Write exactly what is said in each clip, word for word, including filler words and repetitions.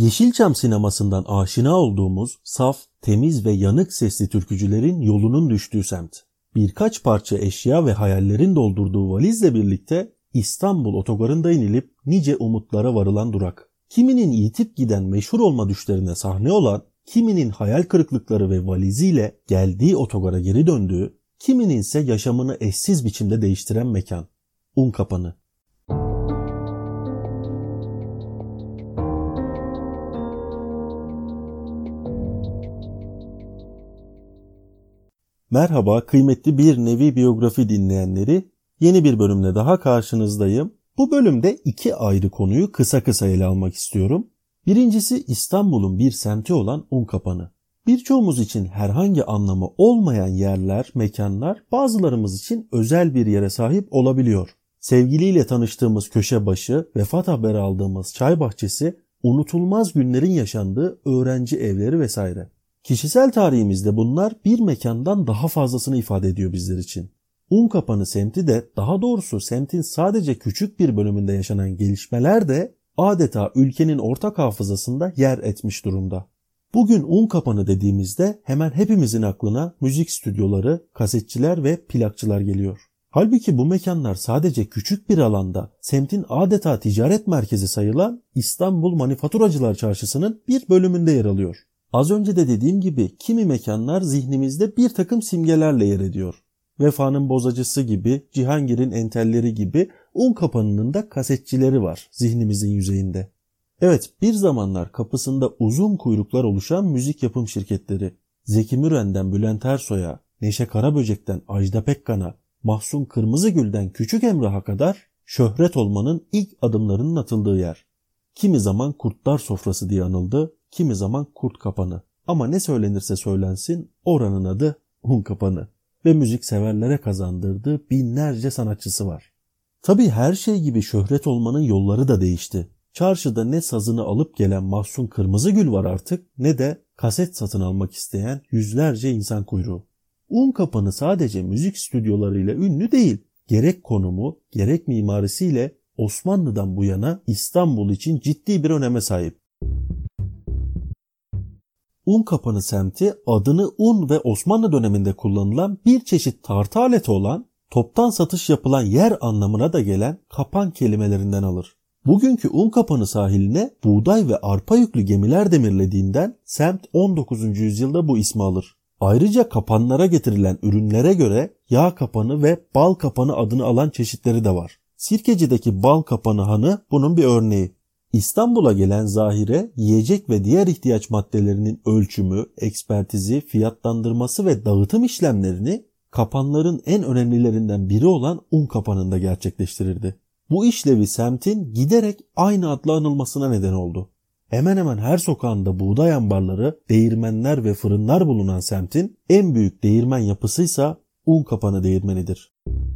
Yeşilçam sinemasından aşina olduğumuz saf, temiz ve yanık sesli türkücülerin yolunun düştüğü semt. Birkaç parça eşya ve hayallerin doldurduğu valizle birlikte İstanbul otogarında inilip nice umutlara varılan durak. Kiminin yitip giden meşhur olma düşlerine sahne olan, kiminin hayal kırıklıkları ve valiziyle geldiği otogara geri döndüğü, kiminin ise yaşamını eşsiz biçimde değiştiren mekan. Unkapanı. Merhaba kıymetli bir nevi biyografi dinleyenleri, yeni bir bölümle daha karşınızdayım. Bu bölümde iki ayrı konuyu kısa kısa ele almak istiyorum. Birincisi İstanbul'un bir semti olan Unkapanı. Birçoğumuz için herhangi anlamı olmayan yerler, mekanlar bazılarımız için özel bir yere sahip olabiliyor. Sevgiliyle tanıştığımız köşe başı, vefat haberi aldığımız çay bahçesi, unutulmaz günlerin yaşandığı öğrenci evleri vesaire. Kişisel tarihimizde bunlar bir mekandan daha fazlasını ifade ediyor bizler için. Unkapanı semti de, daha doğrusu semtin sadece küçük bir bölümünde yaşanan gelişmeler de adeta ülkenin ortak hafızasında yer etmiş durumda. Bugün Unkapanı dediğimizde hemen hepimizin aklına müzik stüdyoları, kasetçiler ve plakçılar geliyor. Halbuki bu mekanlar sadece küçük bir alanda semtin adeta ticaret merkezi sayılan İstanbul Manifaturacılar Çarşısı'nın bir bölümünde yer alıyor. Az önce de dediğim gibi kimi mekanlar zihnimizde bir takım simgelerle yer ediyor. Vefa'nın bozacısı gibi, Cihangir'in entelleri gibi Unkapanı'nın da kasetçileri var zihnimizin yüzeyinde. Evet, bir zamanlar kapısında uzun kuyruklar oluşan müzik yapım şirketleri, Zeki Müren'den Bülent Ersoy'a, Neşe Karaböcek'ten Ajda Pekkan'a, Mahsun Kırmızıgül'den Küçük Emrah'a kadar şöhret olmanın ilk adımlarının atıldığı yer. Kimi zaman Kurtlar Sofrası diye anıldı, kimi zaman Kurt Kapanı. Ama ne söylenirse söylensin oranın adı Unkapanı ve müzik severlere kazandırdığı binlerce sanatçısı var. Tabii her şey gibi şöhret olmanın yolları da değişti. Çarşıda ne sazını alıp gelen Mahsun Kırmızıgül var artık, ne de kaset satın almak isteyen yüzlerce insan kuyruğu. Unkapanı sadece müzik stüdyolarıyla ünlü değil. Gerek konumu, gerek mimarisiyle Osmanlı'dan bu yana İstanbul için ciddi bir öneme sahip. Unkapanı semti adını un ve Osmanlı döneminde kullanılan bir çeşit tartı aleti olan, toptan satış yapılan yer anlamına da gelen kapan kelimelerinden alır. Bugünkü Unkapanı sahiline buğday ve arpa yüklü gemiler demirlediğinden semt on dokuzuncu yüzyılda bu ismi alır. Ayrıca kapanlara getirilen ürünlere göre yağ kapanı ve bal kapanı adını alan çeşitleri de var. Sirkeci'deki bal kapanı hanı bunun bir örneği. İstanbul'a gelen zahire, yiyecek ve diğer ihtiyaç maddelerinin ölçümü, ekspertizi, fiyatlandırması ve dağıtım işlemlerini kapanların en önemlilerinden biri olan Unkapanı'nda gerçekleştirirdi. Bu işlevi semtin giderek aynı adla anılmasına neden oldu. Hemen hemen her sokağında buğday ambarları, değirmenler ve fırınlar bulunan semtin en büyük değirmen yapısıysa Unkapanı değirmenidir.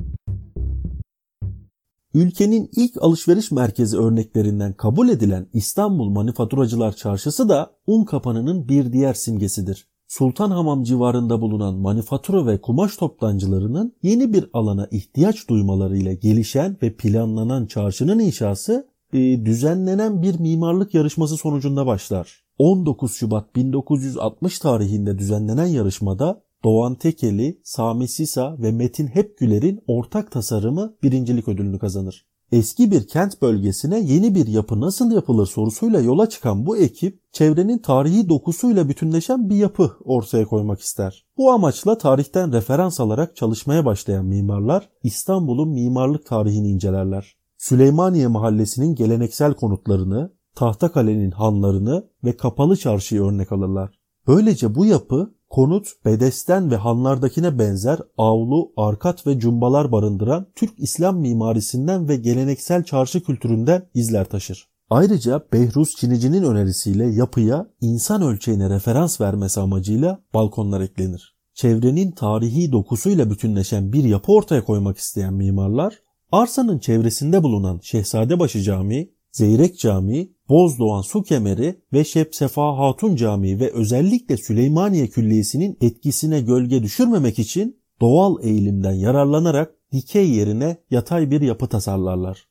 Ülkenin ilk alışveriş merkezi örneklerinden kabul edilen İstanbul Manifaturacılar Çarşısı da Unkapanı'nın bir diğer simgesidir. Sultanhamam civarında bulunan manifatura ve kumaş toptancılarının yeni bir alana ihtiyaç duymalarıyla gelişen ve planlanan çarşının inşası e, düzenlenen bir mimarlık yarışması sonucunda başlar. on dokuz Şubat bin dokuz yüz altmış tarihinde düzenlenen yarışmada Doğan Tekeli, Sami Sisa ve Metin Hepgüler'in ortak tasarımı birincilik ödülünü kazanır. Eski bir kent bölgesine yeni bir yapı nasıl yapılır sorusuyla yola çıkan bu ekip, çevrenin tarihi dokusuyla bütünleşen bir yapı ortaya koymak ister. Bu amaçla tarihten referans alarak çalışmaya başlayan mimarlar, İstanbul'un mimarlık tarihini incelerler. Süleymaniye Mahallesi'nin geleneksel konutlarını, Tahtakale'nin hanlarını ve Kapalı Çarşı'yı örnek alırlar. Böylece bu yapı, konut, bedesten ve hanlardakine benzer avlu, arkat ve cumbalar barındıran Türk İslam mimarisinden ve geleneksel çarşı kültüründen izler taşır. Ayrıca Behruz Çinici'nin önerisiyle yapıya insan ölçeğine referans vermesi amacıyla balkonlar eklenir. Çevrenin tarihi dokusuyla bütünleşen bir yapı ortaya koymak isteyen mimarlar, arsanın çevresinde bulunan Şehzadebaşı Camii, Zeyrek Camii, Bozdoğan Su Kemeri ve Şebsefa Hatun Camii ve özellikle Süleymaniye Külliyesi'nin etkisine gölge düşürmemek için doğal eğilimden yararlanarak dikey yerine yatay bir yapı tasarlarlar.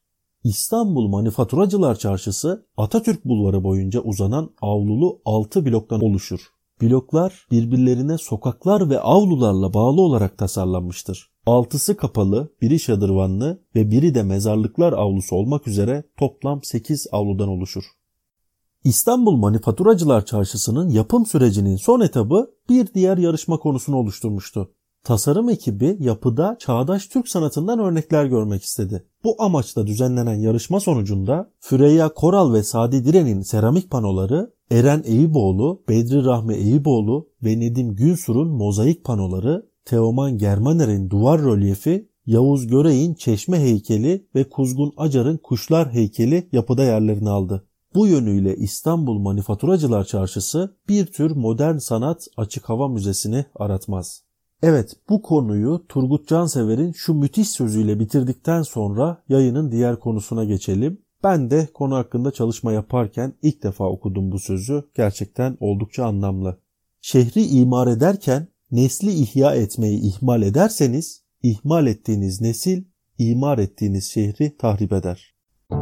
İstanbul Manifaturacılar Çarşısı Atatürk Bulvarı boyunca uzanan avlulu altı bloktan oluşur. Bloklar birbirlerine sokaklar ve avlularla bağlı olarak tasarlanmıştır. Altısı kapalı, biri şadırvanlı ve biri de mezarlıklar avlusu olmak üzere toplam sekiz avludan oluşur. İstanbul Manifaturacılar Çarşısı'nın yapım sürecinin son etabı bir diğer yarışma konusunu oluşturmuştu. Tasarım ekibi yapıda çağdaş Türk sanatından örnekler görmek istedi. Bu amaçla düzenlenen yarışma sonucunda Füreyya Koral ve Sadi Diren'in seramik panoları, Eren Eyüboğlu, Bedri Rahmi Eyüboğlu ve Nedim Günsur'un mozaik panoları, Teoman Germaner'in duvar rölyefi, Yavuz Görey'in çeşme heykeli ve Kuzgun Acar'ın kuşlar heykeli yapıda yerlerini aldı. Bu yönüyle İstanbul Manifaturacılar Çarşısı bir tür modern sanat açık hava müzesini aratmaz. Evet, bu konuyu Turgut Cansever'in şu müthiş sözüyle bitirdikten sonra yayının diğer konusuna geçelim. Ben de konu hakkında çalışma yaparken ilk defa okudum bu sözü. Gerçekten oldukça anlamlı. Şehri imar ederken nesli ihya etmeyi ihmal ederseniz, ihmal ettiğiniz nesil, imar ettiğiniz şehri tahrip eder.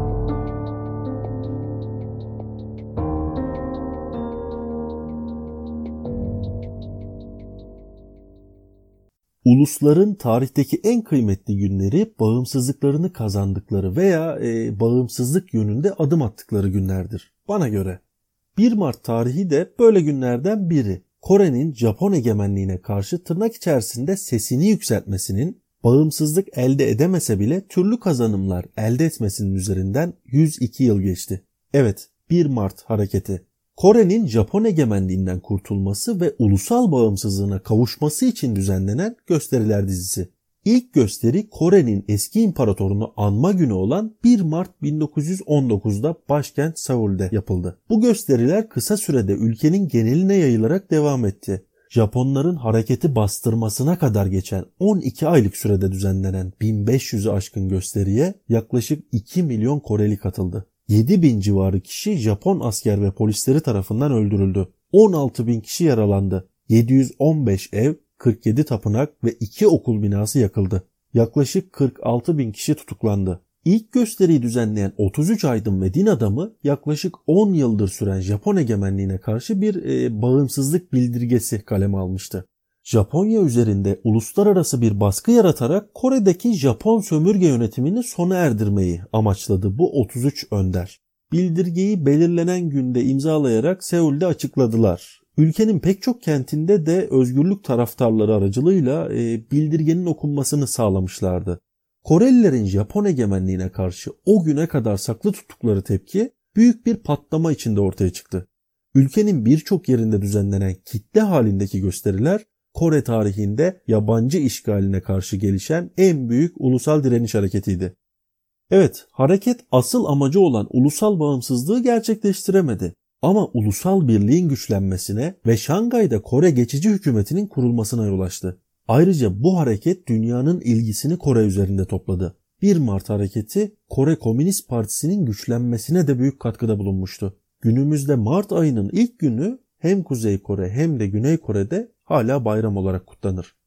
Ulusların tarihteki en kıymetli günleri bağımsızlıklarını kazandıkları veya e, bağımsızlık yönünde adım attıkları günlerdir. Bana göre. bir Mart tarihi de böyle günlerden biri. Kore'nin Japon egemenliğine karşı tırnak içerisinde sesini yükseltmesinin, bağımsızlık elde edemese bile türlü kazanımlar elde etmesinin üzerinden yüz iki yıl geçti. Evet, bir Mart hareketi. Kore'nin Japon egemenliğinden kurtulması ve ulusal bağımsızlığına kavuşması için düzenlenen gösteriler dizisi. İlk gösteri Kore'nin eski imparatorunu anma günü olan bir Mart bin dokuz yüz on dokuzda başkent Seul'de yapıldı. Bu gösteriler kısa sürede ülkenin geneline yayılarak devam etti. Japonların hareketi bastırmasına kadar geçen on iki aylık sürede düzenlenen bin beş yüzü aşkın gösteriye yaklaşık iki milyon Koreli katıldı. yedi bin civarı kişi Japon asker ve polisleri tarafından öldürüldü. on altı bin kişi yaralandı. yedi yüz on beş ev, kırk yedi tapınak ve iki okul binası yakıldı. Yaklaşık kırk altı bin kişi tutuklandı. İlk gösteriyi düzenleyen otuz üç aydın ve din adamı yaklaşık on yıldır süren Japon egemenliğine karşı bir e, bağımsızlık bildirgesi kaleme almıştı. Japonya üzerinde uluslararası bir baskı yaratarak Kore'deki Japon sömürge yönetimini sona erdirmeyi amaçladı bu otuz üç önder. Bildirgeyi belirlenen günde imzalayarak Seul'de açıkladılar. Ülkenin pek çok kentinde de özgürlük taraftarları aracılığıyla e, bildirgenin okunmasını sağlamışlardı. Korelilerin Japon egemenliğine karşı o güne kadar saklı tuttukları tepki büyük bir patlama içinde ortaya çıktı. Ülkenin birçok yerinde düzenlenen kitle halindeki gösteriler Kore tarihinde yabancı işgaline karşı gelişen en büyük ulusal direniş hareketiydi. Evet, hareket asıl amacı olan ulusal bağımsızlığı gerçekleştiremedi. Ama ulusal birliğin güçlenmesine ve Şangay'da Kore geçici hükümetinin kurulmasına yol açtı. Ayrıca bu hareket dünyanın ilgisini Kore üzerinde topladı. bir Mart hareketi Kore Komünist Partisi'nin güçlenmesine de büyük katkıda bulunmuştu. Günümüzde Mart ayının ilk günü hem Kuzey Kore hem de Güney Kore'de hala bayram olarak kutlanır.